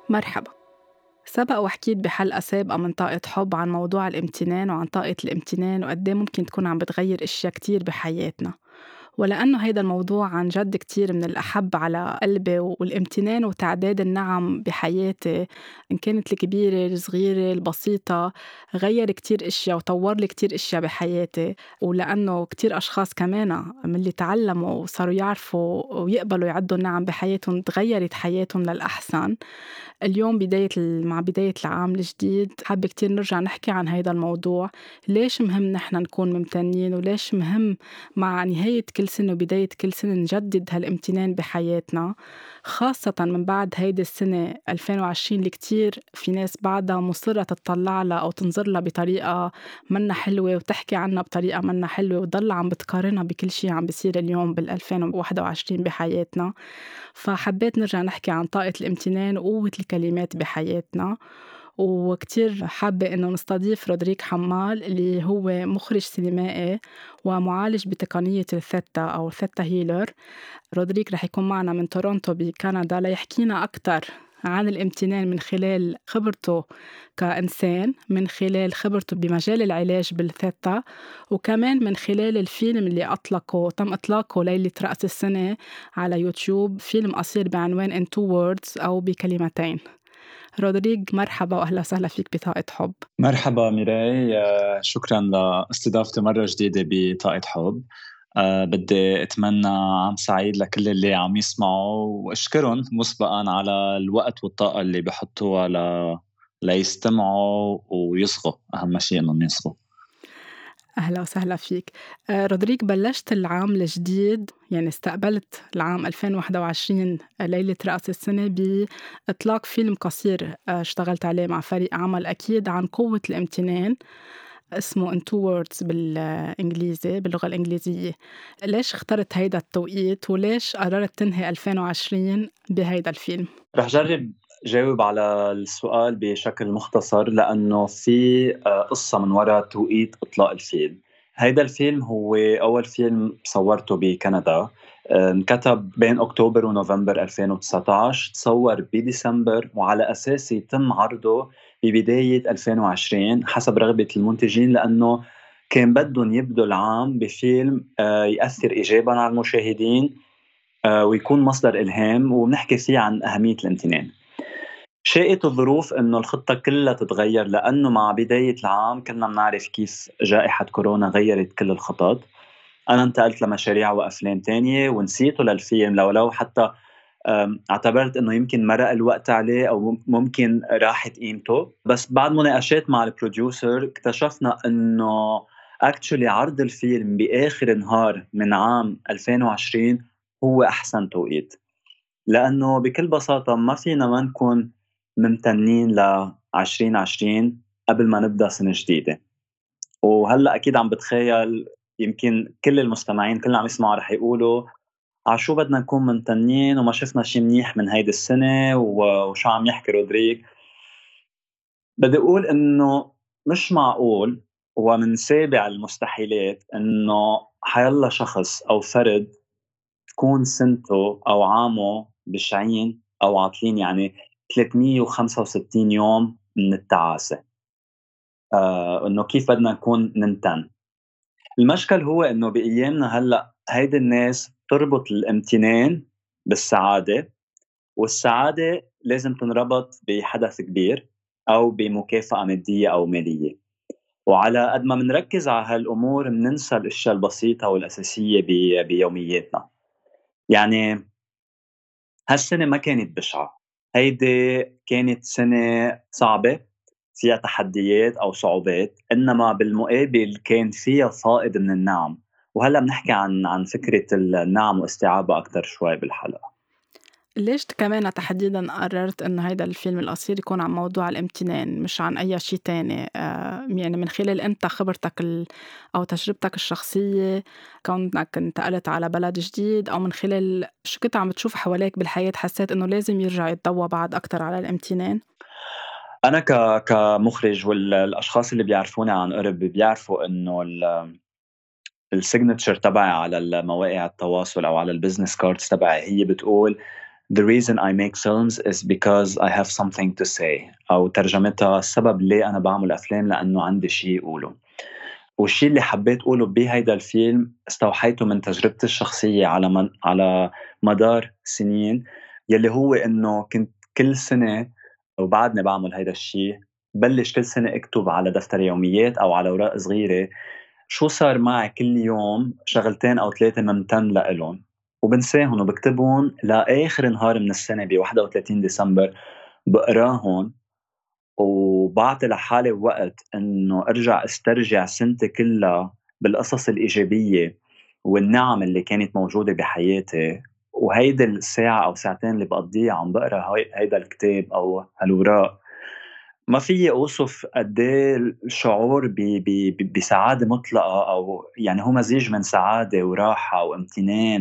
مرحبا. سبق وحكيت بحلقة سابقة من طاقة حب عن موضوع الامتنان وعن طاقة الامتنان وقديه ممكن تكون عم بتغير اشياء كتير بحياتنا. ولأنه هيدا الموضوع عن جد كتير من الأحب على قلبي، والامتنان وتعداد النعم بحياتي إن كانت الكبيرة الصغيرة البسيطة غير كتير اشياء وطور لي كتير اشياء بحياتي. ولأنه كتير أشخاص كمان من اللي تعلموا وصاروا يعرفوا ويقبلوا يعدوا النعم بحياتهم تغيرت حياتهم للأحسن. اليوم مع بداية العام الجديد حابة كتير نرجع نحكي عن هيدا الموضوع. ليش مهم نحن نكون ممتنين، وليش مهم مع نهاية كل سنة وبداية كل سنة نجدد هالامتنان بحياتنا، خاصة من بعد هيدي السنة 2020 اللي كتير في ناس بعدها مصرة تطلع لها أو تنظر لها بطريقة منا حلوة وتحكي عنها بطريقة منا حلوة وتضل عم بتقارنها بكل شي عم بيصير اليوم بال2021 بحياتنا. فحبيت نرجع نحكي عن طاقة الامتنان وقوة الكلمات بحياتنا. وكتير حابة إنه نستضيف رودريك حمال اللي هو مخرج سينمائي ومعالج بتقنية الثيتا أو الثيتا هيلر. رودريك رح يكون معنا من تورونتو بكندا ليحكينا أكتر عن الامتنان من خلال خبرته كإنسان، من خلال خبرته بمجال العلاج بالثيتا، وكمان من خلال الفيلم اللي تم إطلاقه ليلة رأس السنة على يوتيوب، فيلم قصير بعنوان In Two Words أو بكلمتين. رودريك مرحبا وأهلا وسهلا فيك بطاقة حب. مرحبا ميراي، شكرا لاستضافتي مرة جديدة بطاقة حب. بدي أتمنى عام سعيد لكل اللي عم يسمعوا، وأشكرهم مسبقا على الوقت والطاقة اللي بحطوها ليستمعوا ويصغوا. أهم شيء إنهم يصغوا. أهلا وسهلا فيك. رودريك، بلشت العام الجديد، يعني استقبلت العام 2021 ليلة رأس السنة بإطلاق فيلم قصير اشتغلت عليه مع فريق عمل أكيد عن قوة الامتنان، اسمه In Two Words بالإنجليزي، باللغة الإنجليزية. ليش اخترت هيدا التوقيت وليش قررت تنهي 2020 بهيدا الفيلم؟ رح جرب جاوب على السؤال بشكل مختصر، لأنه في قصة من وراء توقيت إطلاق الفيلم. هيدا الفيلم هو أول فيلم صورته بكندا. انكتب بين أكتوبر ونوفمبر 2019، تصور بديسمبر، وعلى أساس يتم عرضه ببداية 2020 حسب رغبة المنتجين، لأنه كان بدهم يبدوا العام بفيلم يأثر إيجابا على المشاهدين، ويكون مصدر إلهام، ونحكي فيه عن أهمية الامتنان. شاءت الظروف إنه الخطة كلها تتغير، لأنه مع بداية العام كنا بنعرف كيف جائحة كورونا غيرت كل الخطط. أنا انتقلت لمشاريع وأفلام تانية ونسيته للفيلم، لو حتى اعتبرت إنه يمكن مرق الوقت عليه أو ممكن راحت قيمته. بس بعد مناقشات مع البروديوسر اكتشفنا إنه اكشولي عرض الفيلم بآخر نهار من عام 2020 هو أحسن توقيت، لأنه بكل بساطة ما فينا ما نكون ممتنين ل 2020 قبل ما نبدأ سنة جديدة. وهلأ أكيد عم بتخيل يمكن كل المستمعين كلنا عم يسمعوا رح يقولوا عشو بدنا نكون ممتنين وما شفنا شي منيح من هيدي السنة وشو عم يحكي رودريك. بدي أقول إنه مش معقول ومن سابع المستحيلات إنه حيالله شخص أو فرد تكون سنته أو عامه بشعين أو عاطلين، يعني 365 يوم من التعاسة. إنه كيف بدنا نكون نمتن. المشكل هو إنه بأيامنا هلأ هيدي الناس تربط الامتنان بالسعادة، والسعادة لازم تنربط بحدث كبير أو بمكافأة مادية أو مالية. وعلى قد ما منركز على هالأمور مننسى الأشياء البسيطة والأساسية بيومياتنا. يعني هالسنة ما كانت بشعة، هيدي كانت سنة صعبة فيها تحديات أو صعوبات، إنما بالمقابل كان فيها فائض من النعم. وهلأ بنحكي عن فكرة النعم واستيعابها أكتر شوي بالحلقة. ليش كمان تحديداً قررت إنه هيدا الفيلم القصير يكون عن موضوع الامتنان مش عن أي شي تاني؟ يعني من خلال أنت خبرتك أو تجربتك الشخصية كونك انتقلت على بلد جديد، أو من خلال شو كنت عم تشوف حواليك بالحياة حسيت إنه لازم يرجع يتضوى بعد أكتر على الامتنان؟ أنا كمخرج والأشخاص اللي بيعرفوني عن قرب بيعرفوا إنه السيجنتشر تبعي على المواقع التواصل أو على البزنس كاردز تبعي هي بتقول The reason I make films is because I have something to say. أو ترجمتها السبب ليه أنا بعمل أفلام لأنه عندي شيء أقوله. والشيء اللي حبيت أقوله بهيدا الفيلم استوحيته من تجربتي الشخصية على مدار سنين، يلي هو إنه كنت كل سنة وبعدني باعمل هيدا الشيء، بلش كل سنة أكتب على دفتر يوميات أو على أوراق صغيرة شو صار معي كل يوم، شغلتين أو 3 ممتن لإلن، وبنساهن وبكتبهم لآخر نهار من السنة ب31 ديسمبر بقراهن، وبعطي لحالي وقت إنه أرجع أسترجع سنتي كلها بالقصص الإيجابية والنعم اللي كانت موجودة بحياتي. وهيدي الساعة أو ساعتين اللي بقضيها عم بقرا هيدا الكتاب أو هالوراق، ما فيي أوصف قد إيه الشعور بسعادة مطلقة، أو يعني هو مزيج من سعادة وراحة وامتنان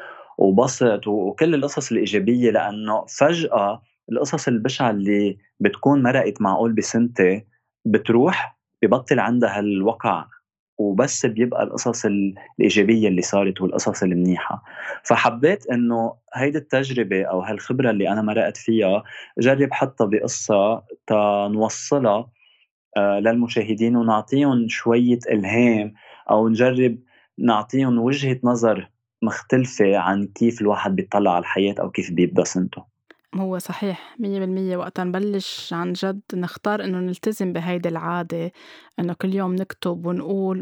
وبسط وكل القصص الإيجابية، لأنه فجأة القصص البشعة اللي بتكون مرقت معقول بسنتي بتروح، ببطل عندها هالوقع، وبس بيبقى القصص الإيجابية اللي صارت والقصص المنيحة. فحبيت إنه هيدي التجربة أو هالخبرة اللي أنا مرقت فيها جرب حطها بقصة نوصّلها للمشاهدين ونعطيهم شوية إلهام، أو نجرّب نعطيهم وجهة نظر مختلفة عن كيف الواحد بيطلّع على الحياة أو كيف بيبدأ سنته. هو صحيح 100% وقتها نبلش عن جد نختار إنه نلتزم بهيدي العادة، إنه كل يوم نكتب ونقول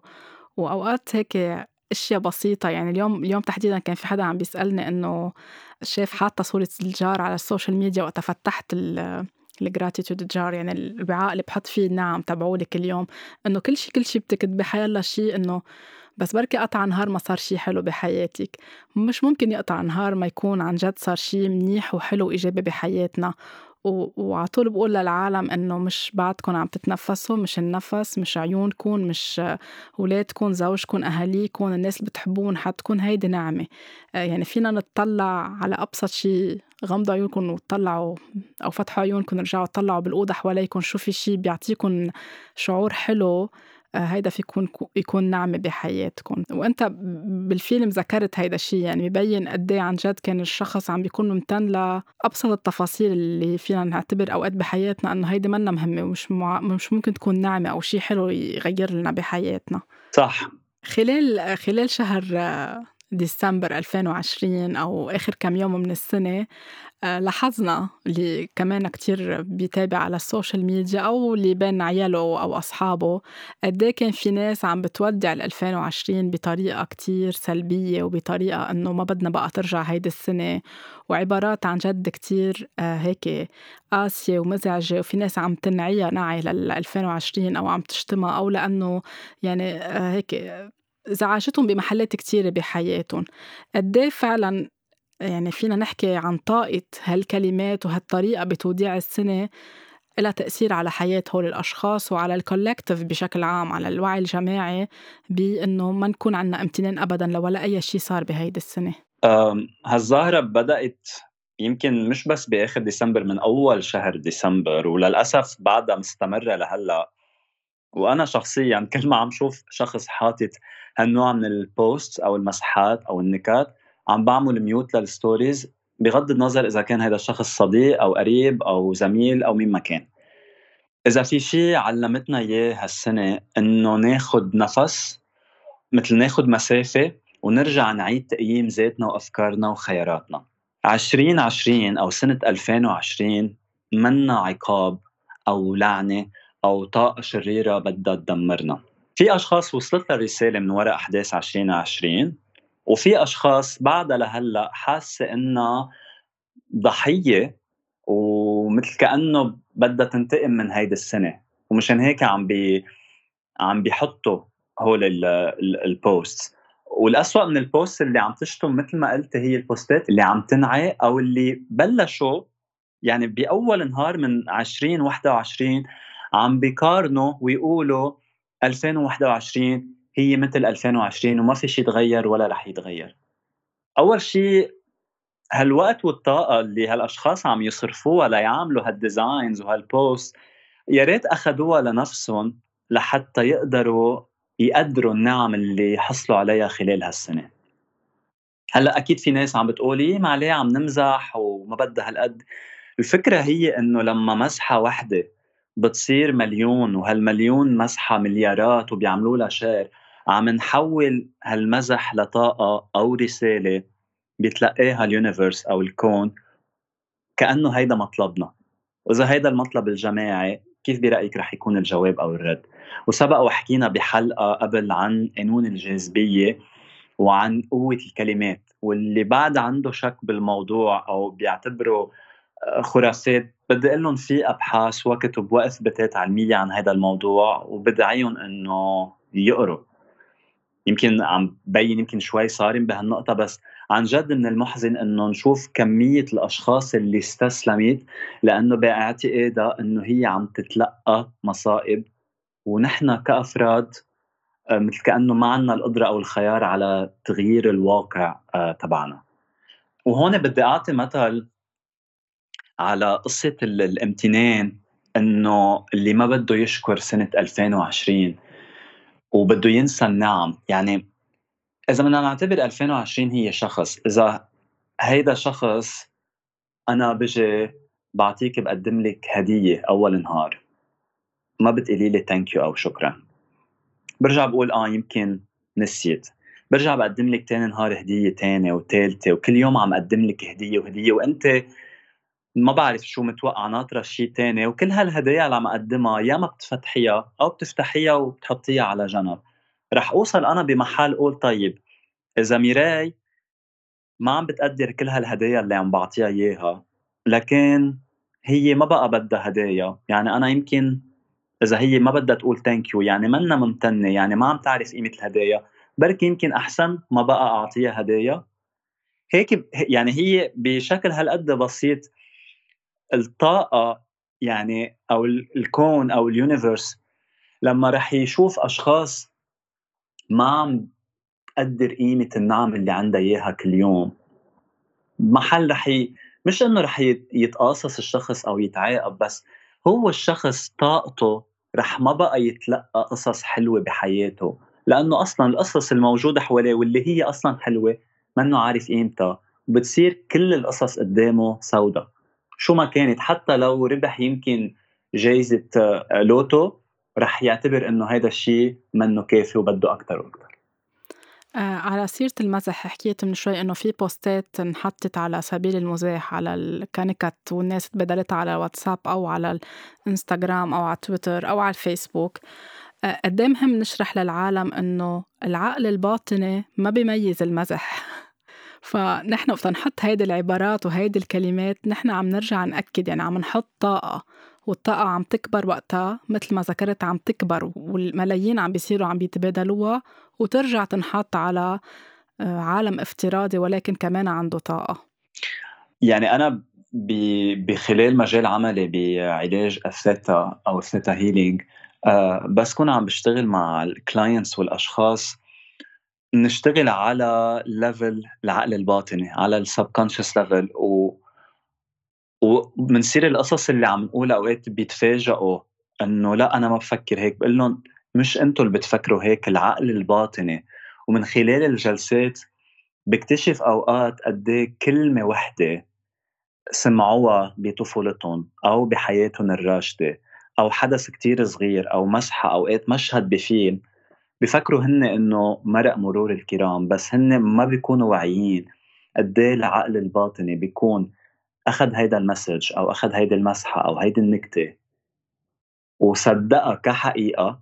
وأوقات هيك أشيا بسيطة. يعني اليوم تحديدًا كان في حدا عم بيسألني إنه شاف حاطة صورة الجار على السوشيال ميديا، وقتها فتحت الgratitude jar، يعني الوعاء اللي بحط فيه النعم تبعولي كل يوم، إنه كل شي بتكتبي حيالله شي، إنه بس بركي قطع نهار ما صار شي حلو بحياتك. مش ممكن يقطع نهار ما يكون عن جد صار شي منيح وحلو وإيجابي بحياتنا. وعلى طول بقول للعالم إنه مش بعدكن عم تتنفسوا، مش النفس، مش عيونكن، مش ولادكن، زوجكن، أهاليكن، الناس اللي بتحبون، حتكون هيدي نعمة. يعني فينا نتطلع على أبسط شي، غمضوا عيونكن وتطلعوا، أو فتحوا عيونكن ورجعوا طلعوا بالأوضة حواليكن شو في شي بيعطيكن شعور حلو. هيدا في يكون نعمة بحياتكن. وأنت بالفيلم ذكرت هيدا الشي، يعني ببين قد إيه عن جد كان الشخص عم بيكون ممتن لأبسط التفاصيل اللي فينا نعتبر أوقات بحياتنا إنه هيدي منا مهمة، ومش مش ممكن تكون نعمة أو شي حلو يغير لنا بحياتنا. صح. خلال شهر ديسمبر 2020 أو آخر كام يوم من السنة، لاحظنا اللي كمان كتير بيتابع على السوشيال ميديا أو اللي بين عياله أو أصحابه، قد إيه كان في ناس عم بتودع 2020 بطريقة كتير سلبية، وبطريقة إنه ما بدنا بقى ترجع هيدي السنة، وعبارات عن جد كتير هيك قاسية ومزعجة. وفي ناس عم تنعيها نعي 2020 أو عم تشتمها، أو لأنه يعني هيك زعجتهم بمحلات كتيرة بحياتهم. قد إيه فعلا يعني فينا نحكي عن طاقة هالكلمات وهالطريقة بتوديع السنة إلها تأثير على حياة هول الأشخاص وعلى الكولكتيف بشكل عام، على الوعي الجماعي، بأنه ما نكون عنا امتنان أبدا لولا أي شي صار بهيدي السنة. هالظاهرة بدأت يمكن مش بس بآخر ديسمبر، من أول شهر ديسمبر، وللأسف بعدها مستمرة لهلأ. وأنا شخصيًا كل ما عم شوف شخص حاطط هالنوع من الposts أو المسحات أو النكات، عم باعمل mute للstories بغض النظر إذا كان هيدا الشخص صديق أو قريب أو زميل أو مين ما كان. إذا في شي علّمتنا إياه هالسنة إنه ناخد نفس، متل ناخد مسافة ونرجع نعيد تقييم ذاتنا وأفكارنا وخياراتنا. 2020 أو سنة 2020 مَنّا عقاب أو لعنة أو طاقة شريرة بدها تدمرنا. في أشخاص وصلت لها الرسالة من وراء أحداث 2020، وفي أشخاص بعدها لهلأ حاسة إنها ضحية، ومثل كأنه بدها تنتقم من هيدي السنة، ومشان هيك عم بيحطّوا هول الposts. والأسوأ من الposts اللي عم تشتم متل ما قلت هي البوستات اللي عم تنعي أو اللي بلّشوا يعني بأول نهار من 2021 عم بيقارنوا ويقولوا 2021 هي متل 2020 وما في شي اتغيّر ولا رح يتغيّر. أول شي هالوقت والطاقة اللي هالأشخاص عم يصرفوها ليعملوا هالdesigns وهالposts يا ريت أخدوها لنفسهم لحتى يقدروا يقدّروا النعم اللي حصلوا عليها خلال هالسنة. هلأ أكيد في ناس عم بتقول إيه ما عليه عم نمزح وما بدها هالقد. الفكرة هي إنه لمّا مسحة واحدة بتصير مليون، وهالمليون مسحة مليارات وبيعملوا لها share، عم نحوّل هالمزح لطاقة أو رسالة بيتلقّاها الuniverse أو الكون كأنه هيدا مطلبنا. وإذا هيدا المطلب الجماعي، كيف برأيك رح يكون الجواب أو الرد؟ وسبق وحكينا بحلقة قبل عن قانون الجاذبية وعن قوة الكلمات، واللي بعد عنده شك بالموضوع أو بيعتبره خرافات، بدي أقول لهم في أبحاث وكتب وإثباتات علمية عن هذا الموضوع، وبدعيهم إنه يقروا. يمكن عم بين يمكن شوي صارم بهالنقطة، بس عن جد من المحزن إنه نشوف كمية الأشخاص اللي استسلمت لأنه باعتقادها إنه هي عم تتلقى مصائب، ونحن كأفراد مثل كأنه ما عنا القدرة أو الخيار على تغيير الواقع تبعنا. وهون بدي أعطي مثل على قصة الامتنان، إنه اللي ما بده يشكر سنة 2020 وبده ينسى النعم. يعني إذا بدنا نعتبر 2020 هي شخص، إذا هيدا شخص أنا بيجي باعطيكِ باقدّم لِك هدية أول نهار، ما بتقولي لي thank you أو شكرًا، بارجع باقول يمكن نسيت، بارجع باقدّم لِك تاني نهار هدية تانية وتالتة، وكل يوم عم أقدّم لِك هدية وهدية، وأنتِ ما بعرف شو متوقعة ناطرة شي تاني، وكل هالهدايا اللي عم أقدّمها يا ما بتفتحيها أو بتفتحيها وبتحطّيها على جنب. رح أوصل أنا بمحل أقول طيب، إذا ميراي ما عم بتقدّر كل هالهدايا اللي عم باعطيها إياها، لكن هي ما بقى بدها هدايا، يعني أنا يمكن إذا هي ما بدها تقول thank you يعني مَنّا ممتنة، يعني ما عم تعرف قيمة الهدايا، بركي يمكن أحسن ما بقى أعطيها هدايا. هيك يعني هي بشكل هالقد بسيط الطاقة، يعني أو الكون أو الuniverse لمّا رح يشوف أشخاص ما عم تقدّر قيمة النعم اللي عندها إياها كل يوم، محل رح مش إنه رح يتقاصص الشخص أو يتعاقب، بس هو الشخص طاقته رح ما بقى يتلقّى قصص حلوة بحياته، لإنه أصلًا القصص الموجودة حواليه واللي هي أصلًا حلوة منّه عارف قيمتها، وبتصير كل القصص قدّامه سودا، شو ما كانت، حتى لو ربح يمكن جايزة لوتو، رح يعتبر إنه هيدا الشي منّه كافي وبده أكتر وأكتر. على سيرة المزح حكيت من شوي إنه في بوستات انحطت على سبيل المزاح على الكنكت والناس تبادلتها على الواتساب أو على الإنستغرام أو على تويتر أو على الفيسبوك. قد إيه مهم نشرح للعالم إنه العقل الباطني ما بيميز المزح. فنحن وقت نحط هيدي العبارات وهيدي الكلمات نحن عم نرجع نأكد، يعني عم نحط طاقة، والطاقة عم تكبر وقتها متل ما ذكرت عم تكبر والملايين عم بيصيروا عم بيتبادلوها وترجع تنحط على عالم افتراضي ولكن كمان عنده طاقة. يعني أنا بخلال مجال عملي بعلاج الثيتا أو الثيتا healing، بس كون عم باشتغل مع الclients والأشخاص، نشتغل على level العقل الباطني، على الsubconscious level، ومنصير القصص اللي عم نقولها أوقات بيتفاجئوا إنه لأ أنا ما بافكّر هيك، باقول لهم مش أنتم اللي بتفكروا هيك، العقل الباطني. ومن خلال الجلسات باكتشف أوقات قد إيه كلمة وحدة سمعوها بطفولتهم أو بحياتهم الراشدة أو حدث كتير صغير أو مسحة أوقات مشهد بفيلم، بيفكروا هن إنه مرق مرور الكرام، بس هن ما بيكونوا واعيين قد إيه العقل الباطني بيكون أخد هيدا المسج أو أخد هيدي المسحة أو هيدي النكتة وصدّقها كحقيقة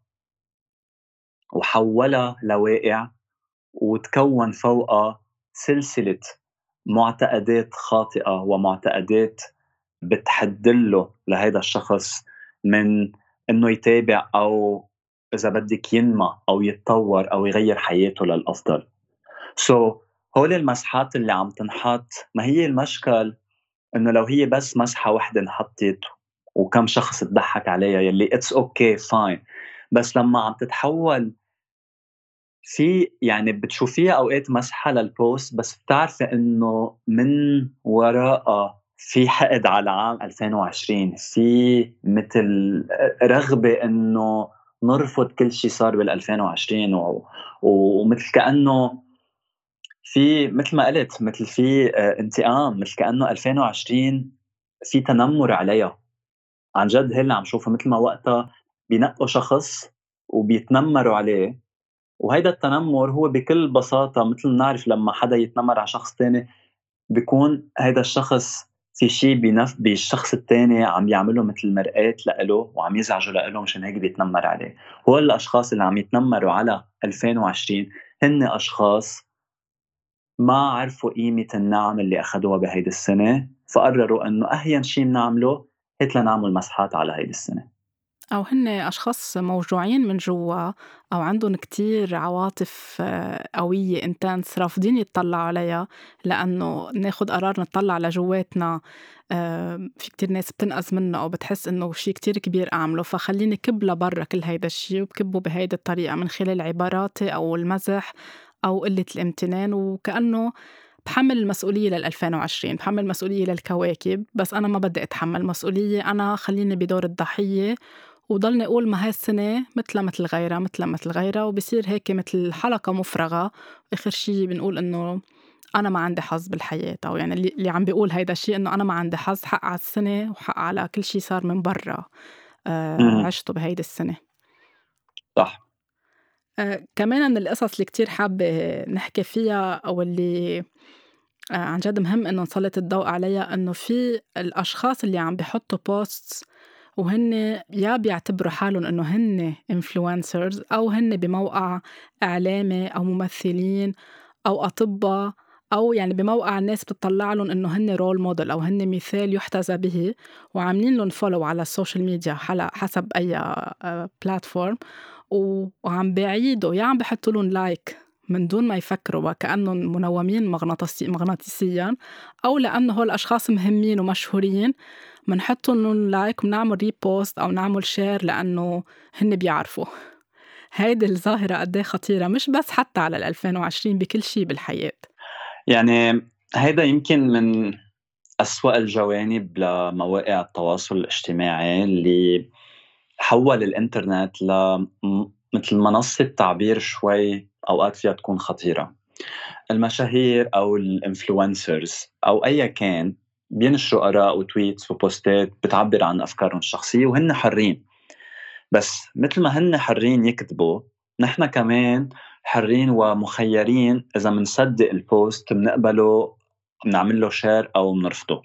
وحوّلها لواقع، وتكوّن فوقها سلسلة مُعتقدات خاطئة ومُعتقدات بتحدّله لهيدا الشخص من إنه يتابع أو إذا بدِّك ينمى أو يتطوّر أو يغيّر حياته للأفضل. So هول المسحات اللي عم تنحط، ما هي المشكل إنه لو هي بس مسحة وحدة انحطّت وكم شخص اتضحّك عليها يلّي it's okay fine، بس لمّا عم تتحوّل يعني بتشوفيها أوقات مسحة للpost، بس بتعرفي إنه من وراءها في حقد على عام 2020، في متل رغبة إنه نرفض كل شي صار بال2020 ومثل كأنه في متل ما قُلت، مثل في انتقام، مثل كإنه 2020 في تنمُّر عليها. عن جد هي اللي عم شوفها، متل ما وقتها بينقّوا شخص وبيتنمّروا عليه، وهيدا التنمُّر هو بكل بساطة متل ما بنعرف لمّا حدا يتنمّر على شخص تاني بيكون هيدا الشخص في شي بالشخص التاني عم يعمله متل مرآة لإله وعم يزعجه لإله، مشان هيك بيتنمّر عليه. هول الأشخاص اللي عم يتنمّروا على 2020 هن أشخاص ما عرفوا قيمة النعم اللي أخدوها بهيدي السنة، فقرروا إنه أهين شي منعمله هات لنعمل مسحات على هيدي السنة. أو هن أشخاص موجوعين من جوا، أو عندهم كتير عواطف قوية intense رافضين يتطلعوا عليها، لأنه ناخد قرار نطلع لجواتنا. في كتير ناس بتنقذ منه أو بتحس إنه شي كتير كبير أعمله، فخليني كب لبرا كل هيدا الشي وبكبه بهيدي الطريقة من خلال عباراتي أو المزح أو قلة الامتنان، وكأنه بحمل المسؤولية 2020، بحمل مسؤولية للكواكب، بس أنا ما بدي أتحمل مسؤولية، أنا خليني بدور الضحية وضلني أقول ما هالسنة متلا متل غيرها متلا متل غيرها، وبصير هيك متل حلقة مفرغة. آخر شي بنقول إنه أنا ما عندي حظ بالحياة، أو يعني اللي عم بيقول هيدا الشي إنه أنا ما عندي حظ، حق على السنة وحق على كل شي صار من برا إمم، عشته بهيدي السنة. صح. كمان من القصص اللي كتير حابة نحكي فيها، أو اللي عن جد مهم إنه نسلط الضوء عليها، إنه في الأشخاص اللي عم بيحطوا posts وهن يا بيعتبروا حالهم إنه هن influencers، أو هن بموقع إعلامي أو ممثلين أو أطباء، أو يعني بموقع الناس بتطلع لهم إنه هن رول موديل أو هن مثال يحتذى به، وعاملين لهم فولو على السوشيال ميديا حسب أي بلاتفورم، وعم بيعيدوا يا عم بيحطوا لهم لايك من دون ما يفكروا وكأنهم منومين مغناطيسيا، أو لأنه هول الأشخاص مهمين ومشهورين منحط لهم لايك ومنعمل ريبوست أو نعمل شير لأنه هن بيعرفوا. هيدي الظاهرة قديه خطيرة، مش بس حتى على 2020، بكل شي بالحياة. يعني هيدا يمكن من أسوأ الجوانب لمواقع التواصل الاجتماعي اللي حوّل الإنترنت متل منصة تعبير شوي أوقات فيها تكون خطيرة. المشاهير أو الinfluencers أو أيًا كان بينشروا آراء وtweets وبوستات بتعبّر عن أفكارهم الشخصية وهن حرّين. بس متل ما هن حرّين يكتبوا، نحن كمان حرّين ومُخيّرين إذا منصدّق الpost منقبله، منعمل له share أو منرفضه.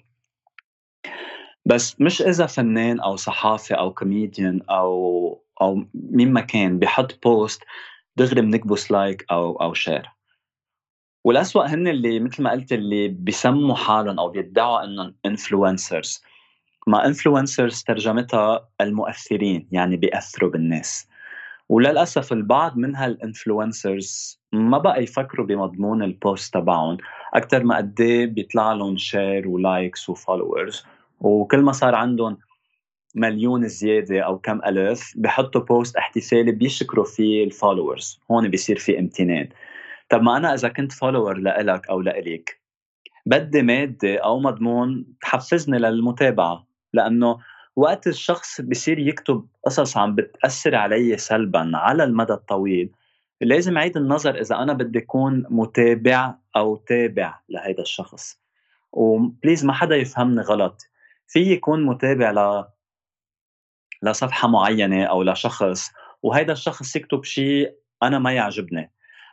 بس مش إذا فنان أو صحافي أو comedian أو مين ما كان بيحط post دغري بنكبس like أو share. والأسوأ هن اللي متل ما قلت اللي بيسموا حالهم أو بيدعوا إنهم influencers. ما influencers ترجمتها المؤثرين، يعني بيأثروا بالناس. وللأسف البعض من هالinfluencers ما بقى يفكروا بمضمون البوست تبعهم أكتر ما قد إيه بيطلع لهم شير ولايكس وفولورز، وكل ما صار عندهم مليون زيادة أو كم ألف بحطوا بوست احتفالي بيشكروا فيه الفولورز، هون بيصير في امتنان. طب ما أنا إذا كنت follower لإلك أو لإلك بدي مادة أو مضمون تحفزني للمتابعة، لأنه وقت الشخص بصير يكتب قصص عم بتأثر علي سلبًا على المدى الطويل، لازم أعيد النظر إذا أنا بدي أكون متابع أو تابع لهيدا الشخص. وبليز ما حدا يفهمني غلط، فيي يكون متابع لصفحة معينة أو لشخص وهيدا الشخص يكتب شيء أنا ما يعجبني،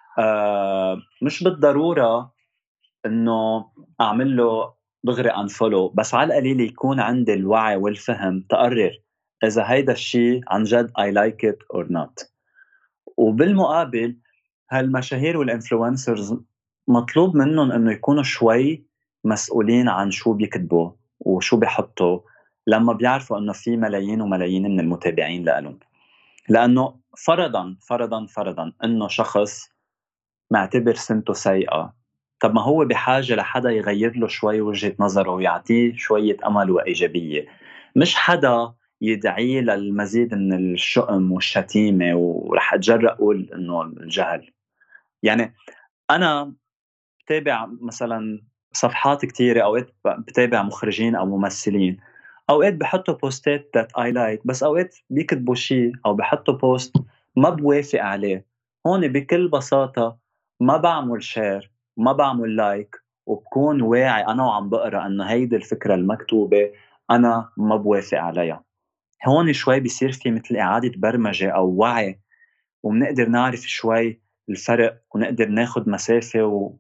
مش بالضرورة إنه أعمل له دغري unfollow، بس على القليل يكون عندي الوعي والفهم تقرر إذا هيدا الشي عن جد I like it or not. وبالمقابل هالمشاهير والinfluencers مطلوب منّن إنه يكونوا شوي مسؤولين عن شو بيكتبوا وشو بيحطّوا لمّا بيعرفوا إنه في ملايين وملايين من المتابعين لإلُن. لأنه فرضًا إنه شخص معتبر سمته سيئة، طب ما هو بحاجة لحدا يغيّر له شوي وجهة نظره ويعطيه شوية أمل وإيجابية، مش حدا يدعيه للمزيد من الشؤم والشتيمة، ورح أتجرأ أقول إنه الجهل. يعني أنا باتابع مثلًا صفحات كتيرة، أوقات باتابع مخرجين أو ممثلين، أوقات بيحطّوا بوستات that I like، بس أوقات بيكتبوا شي أو بيحطّوا post ما بوافق عليه، هون بكل بساطة ما باعمل share ما بعمل لايك وبكون واعي أنا وعم بقرأ أنه هيدي الفكرة المكتوبة أنا ما بوافق عليها. هون شوي بيصير في مثل إعادة برمجة أو وعي، ومنقدر نعرف شوي الفرق ونقدر ناخد مسافة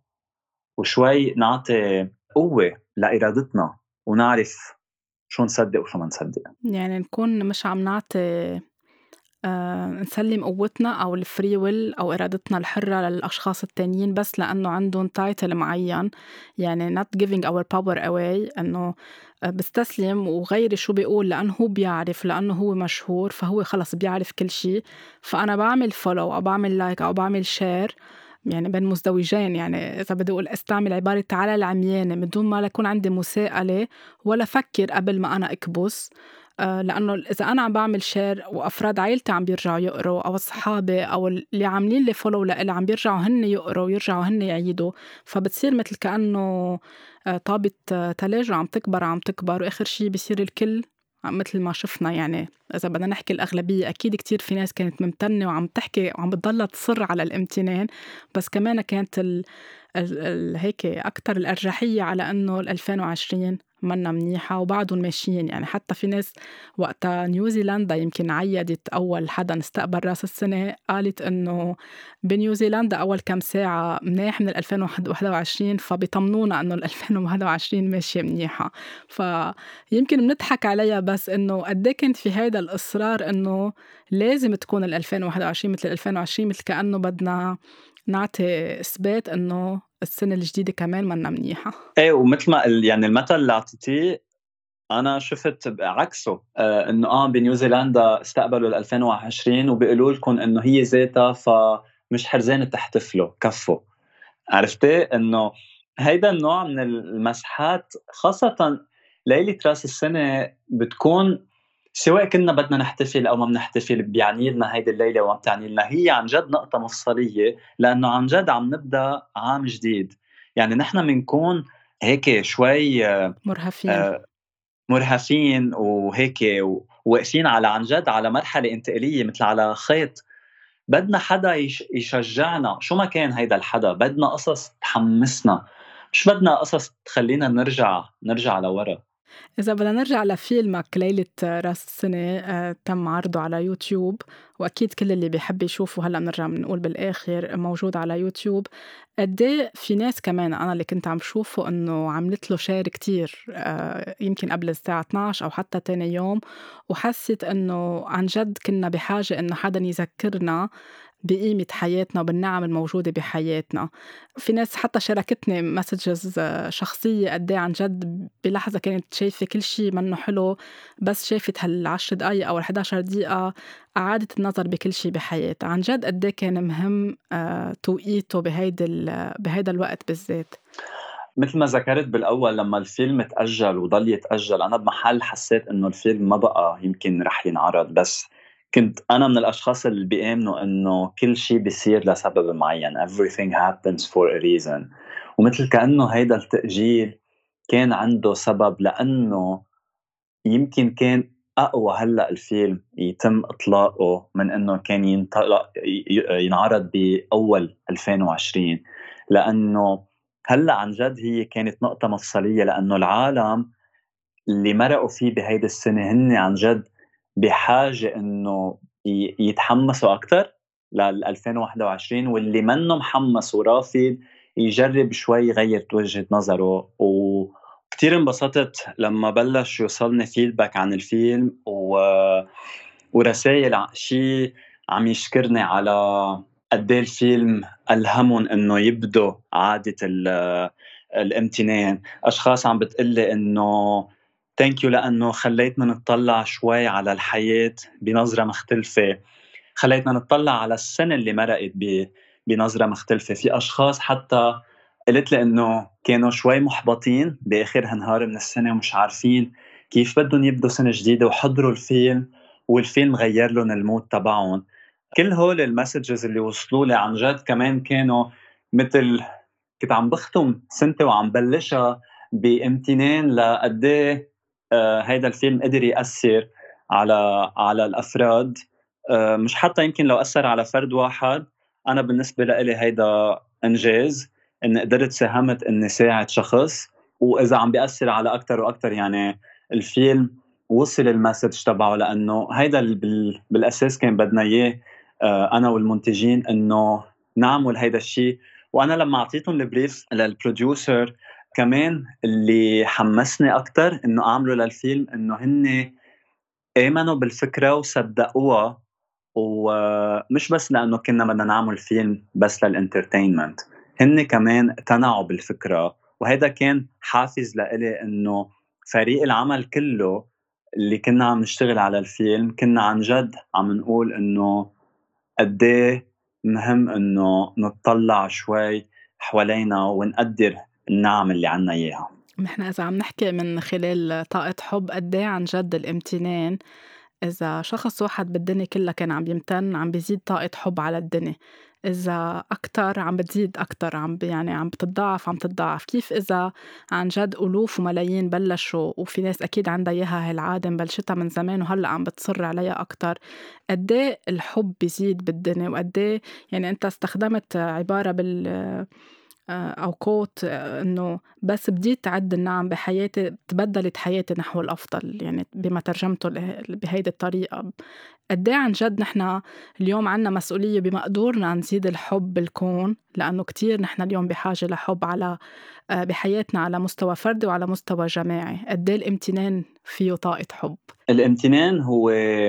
وشوي نعطي قوة لإرادتنا ونعرف شو نصدق وشو ما نصدق. يعني نكون مش عم نعطي نسلّم قوّتنا أو الfree will أو إرادتنا الحرّة للأشخاص التانيين بس لإنّه عندُن title معيّن، يعني not giving our power away إنه بيستسلم وغيري شو بيقول لإنه هو بيعرف، لإنه هو مشهور، فهو خلص بيعرف كل شي، فأنا باعمل follow أو باعمل like أو باعمل share يعني بين مزدوجين، يعني إذا بدي أقول أستعمل عبارة على العميانة من دون ما لا يكون عندي مساءلة ولا أفكّر قبل ما أنا أكبُس. لإنه إذا أنا عم باعمل share وأفراد عيلتي عم بيرجعوا يقروا أو أصحابي أو اللي عاملين لي follow لإلي عم بيرجعوا هن يقروا ويرجعوا هن يعيدوا، فبتصير متل كأنه طابة تلج وعم تكبر عم تكبر وآخر شي بيصير الكل متل ما شفنا. يعني إذا بدنا نحكي الأغلبية أكيد كتير في ناس كانت ممتنة وعم تحكي وعم بتضلّا تصر على الامتنان، بس كمان كانت هيك أكتر الأرجحية على إنه 2020 مَنّا منيحة وبعدُن ماشيين. يعني حتى في ناس وقتها نيوزيلندا يمكن عيّدت أول حدًا استقبل رأس السنة، قالت إنه بنيوزيلندا أول كام ساعة مناح من 2021 فبيطمنونا إنه 2021 ماشية منيحة. فيمكن بنضحك عليها بس إنه قد إيه كانت في هيدا الإصرار إنه لازم تكون 2021 متل 2020 متل كأنه بدنا نعطي إثبات إنه السنة الجديدة كمان مَنّا منيحة. إيه، ومثل ما يعني المثل اللي أعطيتيه أنا شُفت عكسه، إنه بنيوزيلندا استقبلوا ال2020 وبيقولوا لكم إنه هي ذاتها فمش حرزان تحتفلوا، كفّوا. عرفتِ؟ إنه هيدا النوع من المسحات خاصةً ليلة راس السنة بتكون سواء كنّا بدنا نحتفل أو ما بنحتفل بيعني لنا هيدي الليلة وما بتعني لنا، هي عن جد نقطة مفصلية لإنه عن جد عم نبدأ عام جديد. يعني نحن منكون هيك شوي مرهفين. مرهفين وهيك وواقفين على عن جد على مرحلة انتقالية متل على خيط، بدنا حدا يشجّعنا، شو ما كان هيدا الحدا، بدنا قصص تحمّسنا، مش بدنا قصص تخلّينا نرجع لورا. إذا بدنا نرجع لفيلمك ليلة رأس السنة تم عرضه على يوتيوب وأكيد كل اللي بيحب يشوفه هلأ بنرجع بنقول بالآخر موجود على يوتيوب. قد إيه في ناس كمان أنا اللي كنت عم شوفه إنه عملت له شير كتير يمكن قبل الساعة 12 أو حتى تاني يوم، وحسيت إنه عن جد كنا بحاجة إنه حدا يذكرنا بقيمة حياتنا وبالنعم الموجودة بحياتنا. في ناس حتى شاركتني مسجز شخصية قد إيه عن جد بلحظة كانت شايفة كل شي منّه حلو، بس شافت هال10 دقايق أو ال11 دقيقة أعادت النظر بكل شي بحياتها. عن جد قد إيه كان مهم توقيته بهيدا الوقت بالذات. متل ما ذكرت بالأول لمّا الفيلم اتأجّل وضل يتأجّل، أنا بمحل حسّيت إنه الفيلم ما بقى يمكن رح ينعرض، بس كنت أنا من الأشخاص اللي بيآمنوا إنه كل شي بيصير لسبب معيّن everything happens for a reason، ومتل كإنه هيدا التأجيل كان عنده سبب لإنه يمكن كان أقوى هلأ الفيلم يتم إطلاقه من إنه كان ينطلق ينعرض بأول 2020 لأنه هلأ عن جد هي كانت نقطة مفصلية لأنه العالم اللي مرقوا فيه بهيدي السنة هن عن جد بحاجة إنه يتحمسوا أكتر لل2021 واللي منّه محمّس ورافض يجرّب شوي يغيّر وجهة نظره وكتير انبسطت لمّا بلّش يوصلني feedback عن الفيلم ورسايل شي عم يشكرني على قد إيه الفيلم ألهمهم إنه يبدوا عادة الامتنان، أشخاص عم بتقول لي إنه thank you لإنه خلّيتنا نتطلّع شوي على الحياة بنظرة مختلفة، خلّيتنا نتطلّع على السنة اللي مرقت بنظرة مختلفة، في أشخاص حتى قالت لي إنه كانوا شوي مُحبطين بآخر نهار من السنة ومش عارفين كيف بدّن يبدوا سنة جديدة وحضروا الفيلم والفيلم غيّر لهم الmood تبعهم. كل هول الmessages اللي وصلوا لي عن جد كمان كانوا متل كنت عم باختم سنتي وعم بلّشها بامتنان لقد إيه هيدا الفيلم قدر يأثّر على الأفراد، مش حتى يمكن لو أثّر على فرد واحد، أنا بالنسبة لإلي هيدا إنجاز، إني قدرت ساهمت إني ساعد شخص، وإذا عم بيأثّر على أكتر وأكتر يعني الفيلم وصل المسج تبعه، لأنه هيدا بالأساس كان بدنا إياه أنا والمنتجين إنه نعمل هيدا الشي. وأنا لمّا أعطيتهم الbrief للproducer كمان اللي حمّسني أكتر إنه أعمله للفيلم إنه هن آمنوا بالفكرة وصدّقوها، ومش بس لإنه كنّا بدنا نعمل فيلم بس للentertainment، هن كمان اقتنعوا بالفكرة، وهيدا كان حافز لإلي إنه فريق العمل كلّه اللي كنّا عم نشتغل على الفيلم كنّا عن جد عم نقول إنه قد إيه مهم إنه نتطلّع شوي حوالينا ونقدّر النِّعَم اللي عنا إياها. نحن إذا عم نحكي من خلال طاقة حُب قد إيه عن جد الامتنان، إذا شخص واحد بالدنيا كلّا كان عم يمتن عم بيزيد طاقة حُب على الدنيا، إذا أكتر عم بتزيد أكتر يعني عم بتتضاعف عم تتضاعف، كيف إذا عن جد ألوف وملايين بلّشوا وفي ناس أكيد عندها إياها هاي العادة مبلشتها من زمان وهلّأ عم بتصر عليها أكتر، قد إيه الحُب بيزيد بالدنيا وقد إيه يعني أنت استخدمت عبارة أو quote إنه بس بديت تعد النعم بحياتي تبدلت حياتي نحو الأفضل، يعني بما ترجمته بهيدي الطريقة. قد إيه عن جد نحن اليوم عنا مسؤولية بمقدورنا نزيد الحب بالكون، لأنه كتير نحن اليوم بحاجة لحب على بحياتنا على مستوى فردي وعلى مستوى جماعي. قد إيه الامتنان فيه طاقة حب. الامتنان هو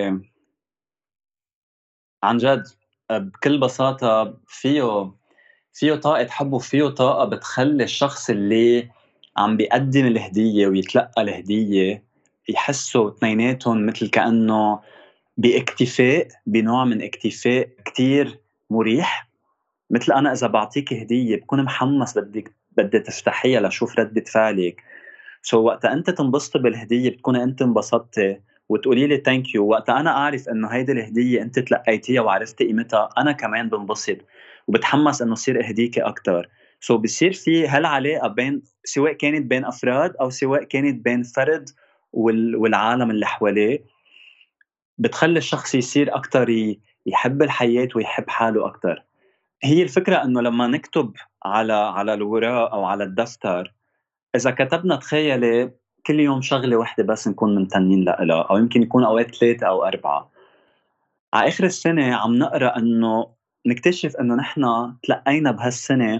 عن جد بكل بساطة فيه طاقة حب، وفيه طاقة بتخلّي الشخص اللي عم بيقدّم الهدية ويتلقّى الهدية يحسّوا اتنيناتهم متل كإنه باكتفاء، بنوع من اكتفاء كتير مُريح. متل أنا إذا باعطيكِ هدية بكون محمّس بدي تفتحيها لأشوف ردة فعلِك. وقتها أنتِ تنبسطي بالهدية بتكوني أنتِ انبسطتِ وتقولي لي thank you. وقتها أنا أعرف إنه هيدي الهدية أنتِ تلقّيتيها وعرفتِ قيمتها، أنا كمان بانبسط وباتحمّس إنه صير أهديكِ أكتر. بصير في هالعلاقة بين سواء كانت بين أفراد أو سواء كانت بين فرد والعالم اللي حواليه، بتخلّي الشخص يصير أكتر يحب الحياة ويحب حاله أكتر. هي الفكرة إنه لمّا نكتب على الوراق أو على الدفتر، إذا كتبنا تخيّلي كل يوم شغلة واحدة بس نكون ممتنين لإلها، أو يمكن يكون أوقات 3 أو 4، على آخر السنة عم نقرا إنه نكتشف إنه نحن تلقّينا بهالسنة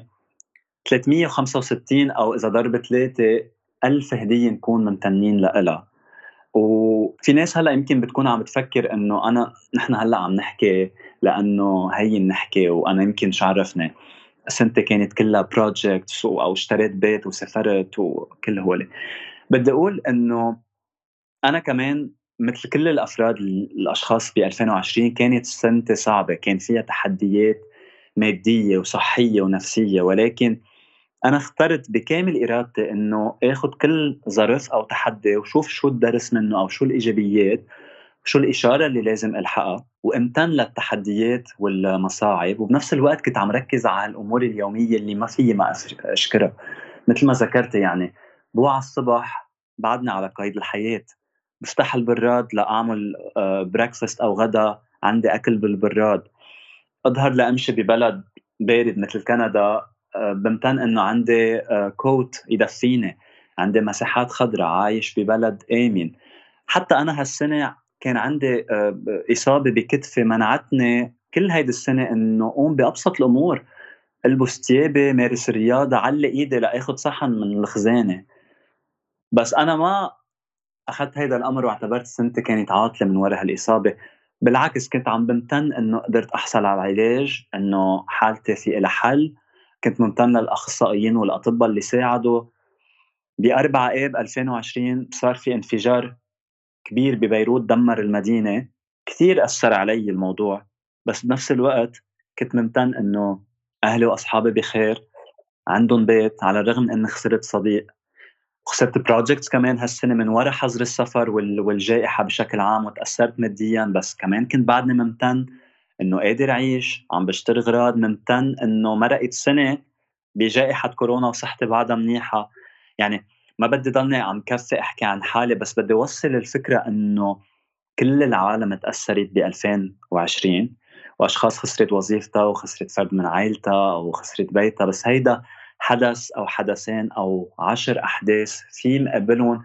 365 أو إذا ضرب 3 ألف هدية نكون ممتنين لإلها. وفي ناس هلأ يمكن بتكون عم بتفكّر إنه نحن هلأ عم نحكي لإنه هيّن نحكي وأنا يمكن شو عرفني، سنتي كانت كلّها projects أو اشتريت بيت وسافرت وكل هول. بدي أقول إنه أنا كمان متل كل الأفراد الأشخاص ب2020 كانت سنتي صعبة، كان فيها تحديات مادية وصحية ونفسية، ولكن أنا اخترت بكامل إرادتي إنه آخُد كل ظرف أو تحدي وشوف شو الدرس منّه أو شو الإيجابيات، شو الإشارة اللي لازم ألحقها، وامتن للتحديات والمصاعب، وبنفس الوقت كنت عم ركّز على الأمور اليومية اللي ما فيي ما أشكرها. متل ما ذكرتِ يعني بوعى الصبح بعدني على قيد الحياة، بافتح البرّاد لأعمل breakfast أو غدا، عندي أكل بالبرّاد، أضهر لأمشي ببلد بارد متل كندا، بامتن إنه عندي coat يدفّيني، عندي مساحات خضرا، عايش ببلد آمن. حتى أنا هالسنة كان عندي إصابة بكتفي منعتني كل هيدي السنة إنه أقوم بأبسط الأمور، ألبس تيابي، مارس الرياضة، علّق إيدي لآخُد صحن من الخزانة. بس أنا ما أخدت هيدا الأمر واعتبرت سنتي كانت عاطلة من ورا هالإصابة، بالعكس كنت عم بامتن إنه قدرت أحصل على العلاج، إنه حالتي في إلها حل، كنت ممتن للأخصائيين والأطباء اللي ساعدوا. ب4 آب 2020 صار في انفجار كبير ببيروت دمّر المدينة، كتير أثّر علي الموضوع، بس بنفس الوقت كنت ممتن إنه أهلي وأصحابي بخير، عندُن بيت، على الرغم من إني خسرت صديق. وخسرت projects كمان هالسنة من ورا حظر السفر والجائحة بشكل عام، واتأثّرت ماديًا، بس كمان كنت بعدني ممتن إنه قادر أعيش، عم باشتري أغراض، ممتن إنه مرقت سنة بجائحة كورونا وصحتي بعدها منيحة. يعني ما بدي ضلني عم كفّي أحكي عن حالي، بس بدي وصّل الفكرة إنه كل العالم اتأثّرت ب2020، وأشخاص خسرت وظيفتها وخسرت فرد من عيلتها وخسرت بيتها، بس هيدا حدث أو حدثين أو 10 أحداث في مقابلهم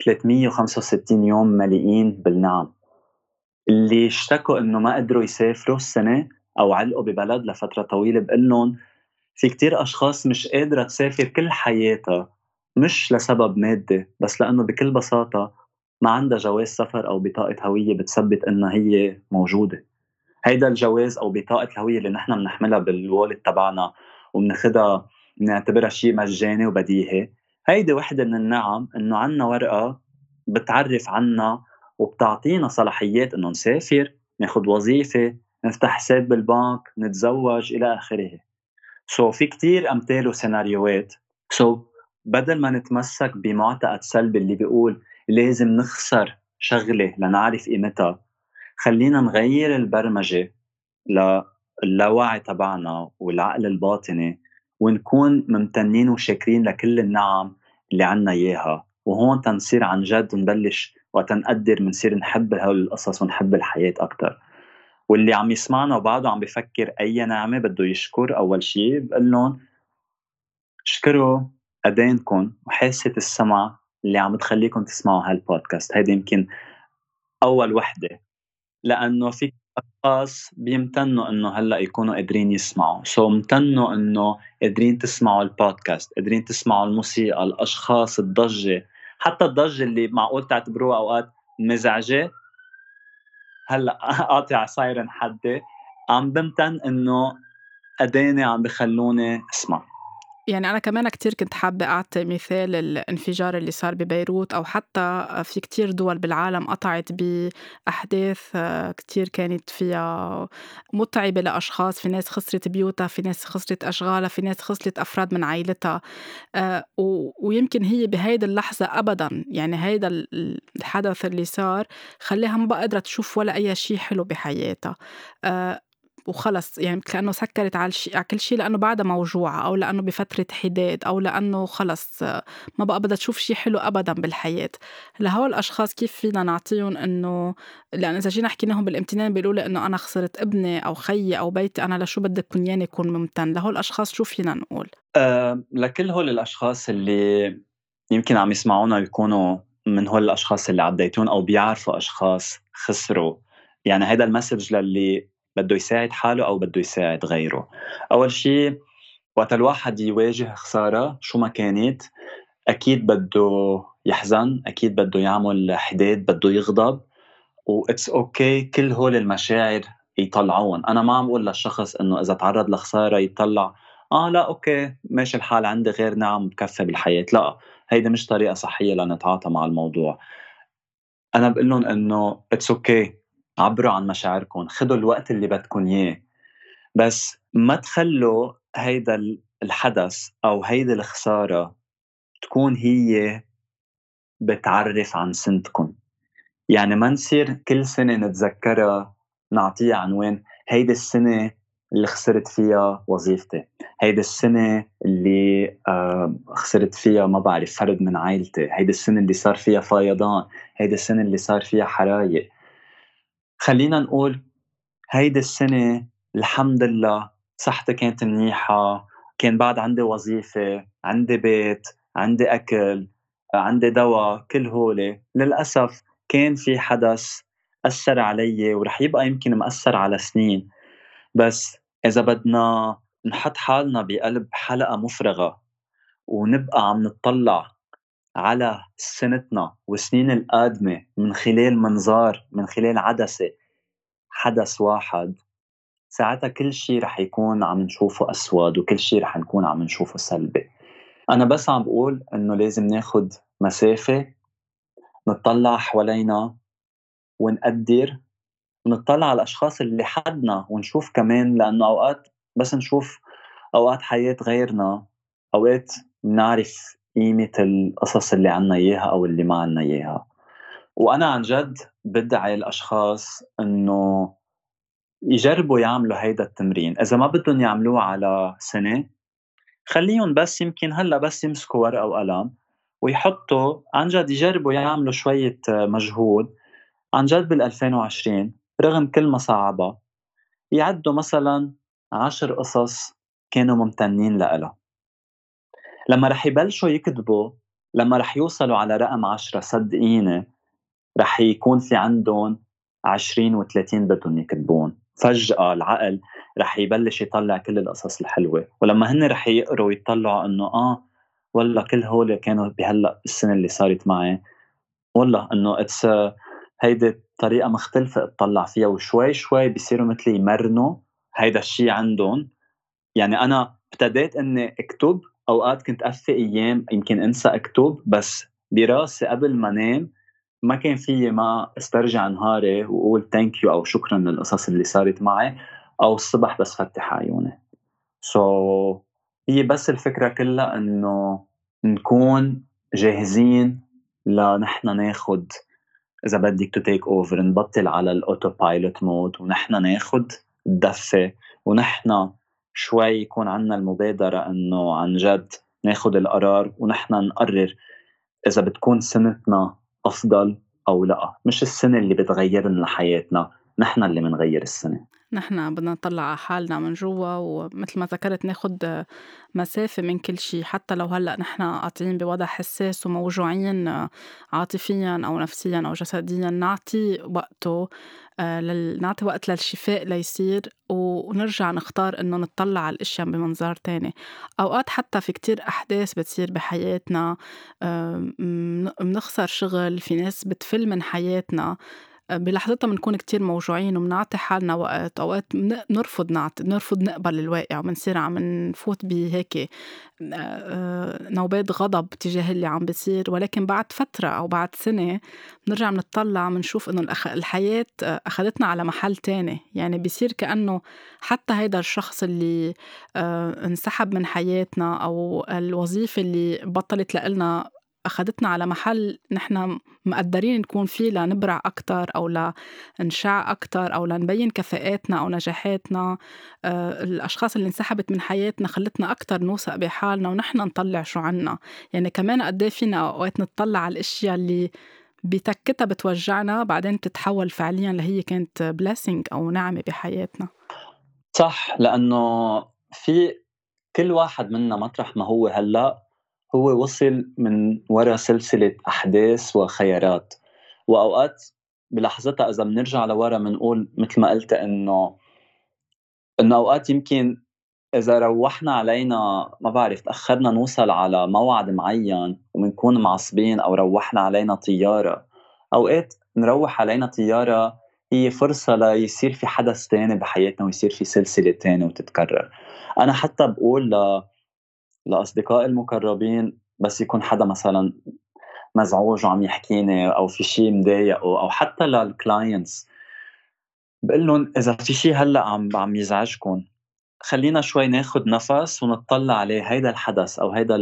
365 يوم مليئين بالنعم. اللي اشتكوا إنه ما قدروا يسافروا السنة أو علقوا ببلد لفترة طويلة بقلن في كتير أشخاص مش قادرة تسافر كل حياتها، مش لسبب مادي بس لأنه بكل بساطة ما عندها جواز سفر أو بطاقة هوية بتثبت إنها هي موجودة. هيدا الجواز أو بطاقة الهوية اللي نحن بنحملها بالوالد تبعنا وبناخدها بنعتبرها شيء مجاني وبديهي، هيدي وحدة من النعم إنه عنا ورقة بتعرف عنا وبتعطينا صلاحيات إنه نسافر، ناخد وظيفة، نفتح حساب بالبنك، نتزوج إلى آخره. في كتير أمثال وسيناريوهات. so بدل ما نتمسك بمعتقد سلبي اللي بيقول لازم نخسر شغلة لنعرف قيمتها، خلّينا نغيّر البرمجة لللاوعي تبعنا والعقل الباطني، ونكون ممتنين وشاكرين لكل النعم اللي عنا إياها، وهون تنصير عن جد نبلّش وقت نقدّر منصير نحب هول القصص ونحب الحياة أكتر. واللي عم يسمعنا وبعده عم بيفكّر أي نعمة بده يشكر، أول شي بقول اشكروا أذانكم وحاسة السمع اللي عم تخلّيكم تسمعوا هالبودكاست. هيدي يمكن أول وحدة، لأنه في أشخاص بيمتنّوا إنه هلّأ يكونوا قادرين يسمعوا، امتنّوا إنه قادرين تسمعوا البودكاست، قادرين تسمعوا الموسيقى، الأشخاص، الضجّة، حتى الضجّة اللي معقول تعتبروها أوقات مزعجة. هلّأ قاطع siren حدّي، عم بامتن إنه أداني عم بيخلّوني أسمع. يعني أنا كمان كتير كنت حابة أعطي مثال الانفجار اللي صار ببيروت، أو حتى في كتير دول بالعالم قطعت بأحداث كتير كانت فيها متعبة لأشخاص. في ناس خسرت بيوتها، في ناس خسرت أشغالها، في ناس خسرت أفراد من عائلتها. ويمكن هي بهيدي اللحظة أبدًا، يعني هيدا الحدث اللي صار خلّاها ما بقى قادرة تشوف ولا أي شي حلو بحياتها. آآ وخلص، يعني كأنه سكّرت على كل شي، لإنه بعدها موجوعة، أو لإنه بفترة حداد، أو لإنه خلص ما بقى بدها تشوف شي حلو أبدًا بالحياة. لهول الأشخاص كيف فينا نعطيهم إنه، لإنه إذا جينا حكيناهم بالامتنان بيقولوا لي إنه أنا خسرت ابني أو خيي أو بيتي، أنا لشو بدكن ياني أكون ممتن؟ لهول الأشخاص شو فينا نقول؟ لكل هول الأشخاص اللي يمكن عم يسمعونا يكونوا من هول الأشخاص اللي عدّيتون أو بيعرفوا أشخاص خسروا، يعني هيدا المسج للي بده يساعد حاله أو بده يساعد غيره. أول شي وقت الواحد يواجه خسارة شو ما كانت، أكيد بده يحزن، أكيد بده يعمل حداد، بده يغضب، وإتس أوكي كل هول المشاعر يطلعوهن. أنا ما عم أقول للشخص إنه إذا تعرّض لخسارة يطلّع لأ أوكي ماشي الحال عندي غير نعم بكفّي بالحياة، لأ، هيدي مش طريقة صحية لنتعاطى مع الموضوع. أنا باقول لهم إنه إتس أوكي، عبّروا عن مشاعركم، خدوا الوقت اللي بدكن إياه، بس ما تخلّوا هيدا الحدث أو هيدي الخسارة تكون هي بتعرّف عن سنتكم. يعني ما نصير كل سنة نتذكّرها نعطيها عنوان هيدي السنة اللي خسرت فيها وظيفتي، هيدي السنة اللي خسرت فيها ما بعرف فرد من عيلتي، هيدي السنة اللي صار فيها فيضان، هيدي السنة اللي صار فيها حرايق. خلّينا نقول هيدي السنة الحمد لله صحتي كانت منيحة، كان بعد عندي وظيفة، عندي بيت، عندي أكل، عندي دوا، كل هولي. للأسف كان في حدث أثّر عليّ ورح يبقى يمكن مأثّر على سنين، بس إذا بدنا نحط حالنا بقلب حلقة مفرغة ونبقى عم نتطلّع على سنتنا والسنين القادمة من خلال منظار، من خلال عدسة حدث واحد، ساعتها كل شي رح يكون عم نشوفه أسود وكل شي رح نكون عم نشوفه سلبي. أنا بس عم باقول إنه لازم ناخد مسافة، نتطلّع حوالينا ونقدّر، ونتطلّع على الأشخاص اللي حدنا ونشوف كمان، لإنه أوقات بس نشوف أوقات حياة غيرنا، أوقات منعرف قيمة القصص اللي عنا إياها أو اللي ما عنا إياها. وأنا عن جد بادعي الأشخاص إنه يجربوا يعملوا هيدا التمرين، إذا ما بدّن يعملوه على سنة خلّيهم بس يمكن هلّأ بس يمسكوا ورقة وقلم ويحطّوا عن جد يجربوا يعملوا شوية مجهود عن جد بال2020 رغم كل مصاعبها، يعدّوا مثلًا 10 قصص كانوا ممتنين لإلها. لمّا رح يبلشوا يكتبوا، لمّا رح يوصلوا على رقم 10 صدقيني رح يكون في عندهم 20 و30 بدهم يكتبون، فجأة العقل رح يبلش يطلّع كل القصص الحلوة، ولمّا هن رح يقروا ويطلّعوا إنه والله كل هول كانوا بهلأ السنة اللي صارت معي، والله إنه هيدي طريقة مختلفة اتطلّع فيها، وشوي شوي بصيروا متلي يمرنوا هيدا الشي عندُن. يعني أنا ابتديت إنّي أكتب، أوقات كنت أقفّي أيام يمكن أنسى أكتب، بس براسي قبل ما نام ما كان فيي ما استرجع نهاري وأقول thank you أو شكرًا للقصص اللي صارت معي، أو الصبح بس فتّح عيوني. So هي بس الفكرة كلّها إنه نكون جاهزين لنحن ناخُد إذا بدِّك to take over، نبطّل على الauto pilot mode ونحن ناخُد الدَّفّة، ونحن شوي يكون عندنا المبادرة إنه عن جد ناخُد القرار ونحن نقرّر إذا بتكون سِنتنا أفضل أو لأ، مش السِنة اللي بتغيّر لنا حياتنا، نحن اللي منغيّر السِنة. نحن بدنا نطلّع على حالنا من جوا، ومتل ما ذكرت ناخُد مسافة من كل شي، حتى لو هلأ نحن قاطعين بوضع حساس وموجوعين عاطفيًا أو نفسيًا أو جسديًا، نعطي وقته نعطي وقت للشفاء ليصير، ونرجع نختار إنه نطلّع على الأشيا بمنظار تاني. أوقات حتى في كتير أحداث بتصير بحياتنا، منخسر شغل، في ناس بتفل من حياتنا، بلحظتها منكون كتير موجوعين ومنعطي حالنا وقت، أوقات بنرفض نقبل الواقع، ومنصير عم نفوت بهيك نوبات غضب تجاه اللي عم بيصير، ولكن بعد فترة أو بعد سنة بنرجع منطلّع منشوف إنه الحياة أخدتنا على محل تاني، يعني بيصير كأنه حتى هيدا الشخص اللي انسحب من حياتنا، أو الوظيفة اللي بطلت لإلنا أخدتنا على محل نحن مقدّرين نكون فيه لنبرع أكتر، أو لنشع أكتر، أو لنبيّن كفاءاتنا أو نجاحاتنا. الأشخاص اللي انسحبت من حياتنا خلّتنا أكتر نوثق بحالنا ونحن نطلّع شو عنّا. يعني كمان قد إيه فينا أوقات نطلّع على الأشيا اللي بتكّتها بتوجّعنا بعدين بتتحوّل فعليًا لهي كانت blessing أو نعمة بحياتنا. صح، لإنه في كل واحد منا مطرح ما هو هلأ، هو وصل من ورا سلسلة أحداث وخيارات، وأوقات بلحظتها إذا منرجع لورا منقول متل ما قلتِ إنه أوقات يمكن إذا روّحنا علينا ما بعرف تأخّرنا نوصل على موعد معيّن ومنكون معصبين، أو روّحنا علينا طيارة، أوقات نروّح علينا طيارة هي فرصة ليصير في حدث تاني بحياتنا ويصير في سلسلة تانية وتتكرر. أنا حتى باقول لأصدقائي المقرّبين بس يكون حدا مثلًا مزعوج وعم يحكيني أو في شي مضايقه، أو حتى للclients باقول لهم إذا في شي هلأ عم يزعجكم خلّينا شوي ناخُد نَفَس ونطلّع عليه هيدا الحدث أو هيدا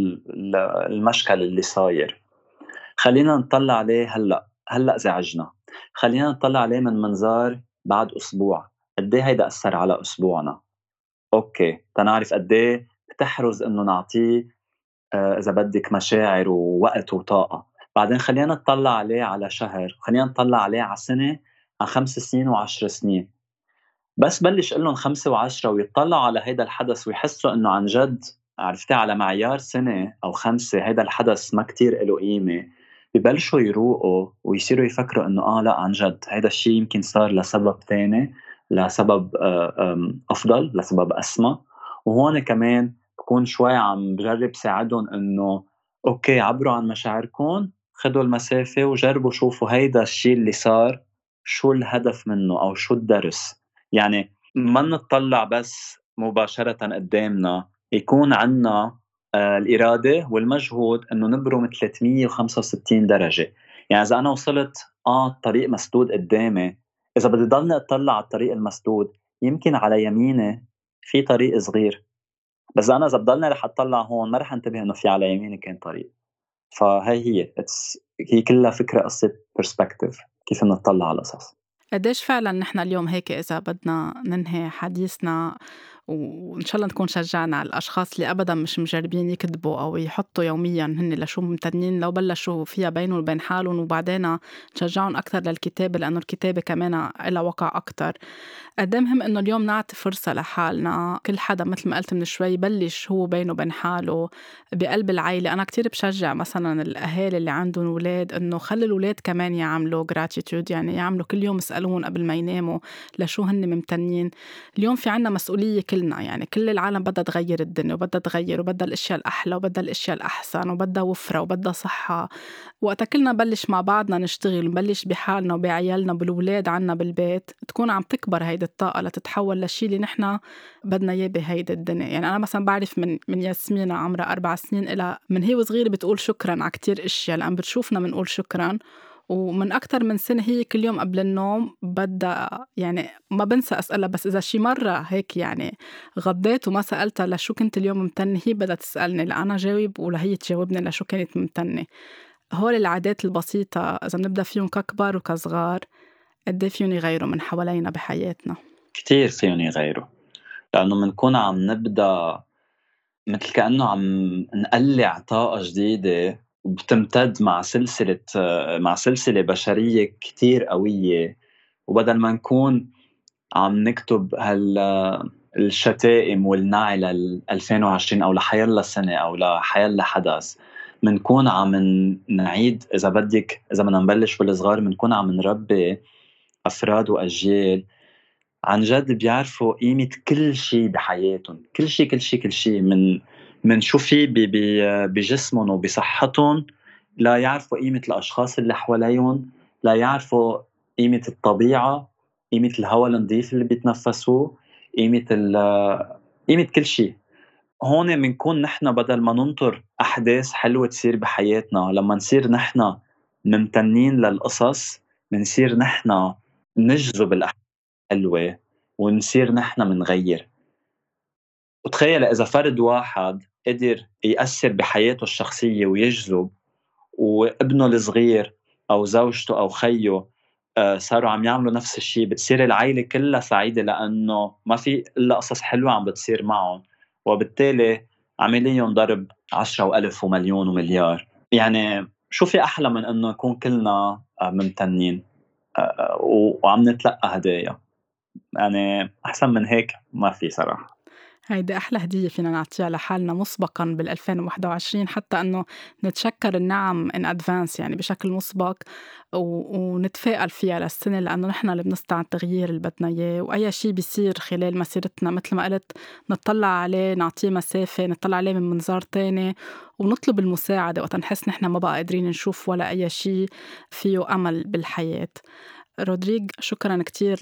المشكل اللي صاير، خلّينا نطلّع عليه هلأ، هلأ زعجنا، خلّينا نطلّع عليه من منظار بعد أسبوع، قد إيه هيدا أثّر على أسبوعنا، أوكي، تنعرف قد إيه بتحرُز إنه نعطيه إذا بدِّك مشاعر ووقت وطاقة، بعدين خلّينا نطلّع عليه على شهر، خلّينا نطلّع عليه على سنة، على 5 سنين و10 سنين. بس بلّش قل لهم 5 و10 ويطلّعوا على هيدا الحدث ويحسّوا إنه عن جد عرفتِ على معيار سنة أو 5 هيدا الحدث ما كتير إله قيمة، ببلشوا يروقوا ويصيروا يفكروا إنه لأ عن جد هيدا الشي يمكن صار لسبب تاني، لسبب أفضل، لسبب أسمى، وهون كمان باكون شوي عم باجرّب ساعدهم إنه أوكي عبّروا عن مشاعركم، خدوا المسافة وجربوا شوفوا هيدا الشي اللي صار شو الهدف منّه أو شو الدرس. يعني ما نتطلّع بس مباشرةً قدّامنا، يكون عندنا الإرادة والمجهود إنه نبرم 365 درجة، يعني إذا أنا وصلت الطريق مسدود قدّامي، إذا بدي ضلني أتطلّع على الطريق المسدود يمكن على يميني في طريق صغير، بس إذا بضلني رح أتطلّع هون ما رح انتبه إنه في على يميني كان طريق، فهي هي كلّها فكرة قصة perspective كيف نتطلّع على القصص. قديش فعلًا نحن اليوم هيك إذا بدنا ننهي حديثنا وإن شاء الله نكون شجعنا الأشخاص اللي أبداً مش مجربين يكتبوا أو يحطوا يومياً هن لشو ممتنين، لو بلشوا فيها بينهم وبين حالهم وبعدين نشجعهم أكتر للكتابة، لأنه الكتابة كمان إلها وقع أكتر. قد مهم إنه اليوم نعطي فرصة لحالنا، كل حدا مثل ما قلت من شوي يبلش هو بينه وبين حاله بقلب العائلة. أنا كتير بشجع مثلاً الأهالي اللي عندهم أولاد إنه خلي الأولاد كمان يعملوا gratitude، يعني يعملوا كل يوم يسألون قبل ما يناموا لشو هن ممتنين. اليوم في عنا مسؤولية كلنا، يعني كل العالم بدها تغير الدنيا وبدها تغير وبدها الأشياء الأحلى وبدها الأشياء الأحسن وبدها وفرة وبدها صحة. وقتا كلنا نبلش مع بعضنا نشتغل ونبلش بحالنا وبعيالنا بالولاد عنا بالبيت، تكون عم تكبر هيدي الطاقة لتتحول لشي اللي نحنا بدنا إياه بهيدي الدنيا. يعني أنا مثلا بعرف من ياسمينة عمرها 4 سنين إلى من هي وصغيرة بتقول شكرا على كتير أشياء، لأن بتشوفنا بنقول شكرا. ومن أكتر من سنة هي كل يوم قبل النوم بدها، يعني ما بنسى أسألها، بس إذا شي مرة هيك يعني غضيت وما سألتها لشو كنت اليوم ممتنة، هي بدها تسألني لأنا جاوب ولا هي تجاوبني لشو كانت ممتنة. هول العادات البسيطة إذا بنبدأ فيهم ككبار وكصغار قد إيه فيهم يغيروا من حوالينا بحياتنا. كتير فيهم يغيروا، لأنه منكون عم نبدأ مثل كأنه عم نقلع طاقة جديدة وبتمتد مع سلسلة بشرية كتير قوية. وبدل ما نكون عم نكتب الشتائم والنعي لل 2020 أو لحيالله سنة أو لحيالله حدث، منكون عم نعيد، إذا بدك، إذا بدنا نبلش بالصغار، منكون عم نربي أفراد وأجيال عن جد بيعرفوا قيمة كل شيء بحياتهم، كل شيء كل شيء كل شيء، من شو في بجسمهم وبصحتهم، لا يعرفوا قيمة الأشخاص اللي حواليهم، لا يعرفوا قيمة الطبيعة، قيمة الهواء النظيف اللي بيتنفسوه، قيمة كل شيء. هون منكون نحن بدل ما ننطر أحداث حلوة تصير بحياتنا، لما نصير نحن ممتنين للقصص منصير نحن نجذب الأحداث حلوة ونصير نحن منغير. وتخيل إذا فرد واحد قدر يأثر بحياته الشخصية ويجذب، وابنه الصغير أو زوجته أو خيه صاروا عم يعملوا نفس الشيء، بتصير العائلة كلها سعيدة لأنه ما في إلا قصص حلوة عم بتصير معهم، وبالتالي عمليا ضرب 10 وألف ومليون ومليار. يعني شو في أحلى من أنه نكون كلنا ممتنين وعم نتلقى هدايا؟ يعني أحسن من هيك ما في صراحة. هيدي أحلى هدية فينا نعطيها لحالنا مسبقاً بال2021، حتى أنه نتشكر النعم in advance، يعني بشكل مسبق، ونتفائل فيها للسنة، لأنه نحن اللي بنصنع التغيير اللي بدنا إياه. وأي شيء بيصير خلال مسيرتنا مثل ما قلت نطلع عليه، نعطيه مسافة، نطلع عليه من منظار تاني، ونطلب المساعدة وقت نحس نحن ما بقى قادرين نشوف ولا أي شيء فيه أمل بالحياة. رودريغ، شكراً كتير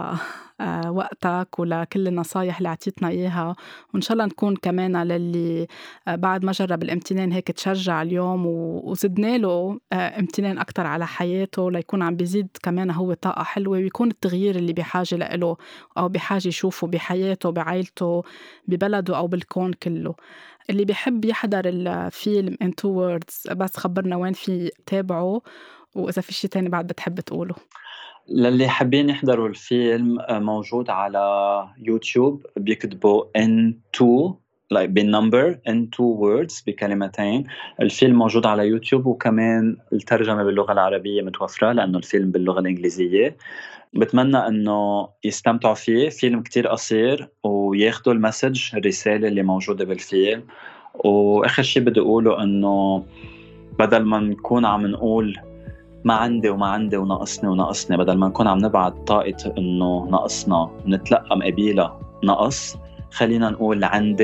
وقتك ولكل النصايح اللي عطيتنا إياها، وإن شاء الله نكون كمان للي بعد ما جرب الامتنان هيك تشجع اليوم وزدنا له امتنان أكتر على حياته، ليكون عم بيزيد كمان هو طاقة حلوة، ويكون التغيير اللي بحاجة له أو بحاجة يشوفه بحياته بعائلته ببلده أو بالكون كله. اللي بيحب يحضر الفيلم In Two Words بس خبرنا وين في تابعه، وإذا في شي تاني بعد بتحب تقوله. للي حابين يحضروا الفيلم موجود على يوتيوب، بيكتبوا N2 like بالنمبر N2 words بكلمتين. الفيلم موجود على يوتيوب، وكمان الترجمة باللغة العربية متوفرة لأنه الفيلم باللغة الإنجليزية. بتمنى أنه يستمتعوا فيه، فيلم كتير قصير، وياخدوا الرسالة اللي موجودة بالفيلم. وآخر شي بدي أقوله أنه بدل ما نكون عم نقول ما عندي وما عندي وناقصني، بدل ما نكون عم نبعد طاقة إنه ناقصنا ونتلقى مقابيلها نقص، خلينا نقول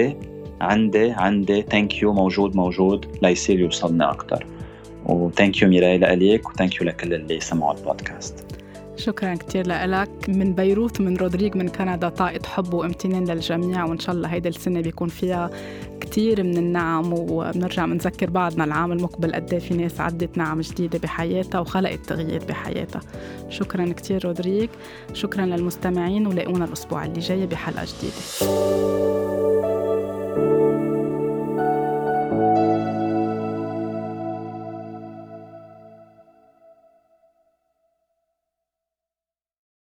عندي thank you، موجود ليصير يوصلني أكتر. وthank you ميراي لأليك، وthank you لكل اللي سمعوا البودكاست. شكراً كتير لك من بيروت، من رودريغ من كندا. طاقة حب وامتنان للجميع، وإن شاء الله هيدا السنة بيكون فيها كتير من النعم، وبنرجع منذكر بعضنا العام المقبل قد ايه في ناس عدت نعم جديدة بحياتها وخلقت تغيير بحياتها. شكراً كتير رودريغ، شكراً للمستمعين، ولاقونا الأسبوع اللي جاي بحلقة جديدة.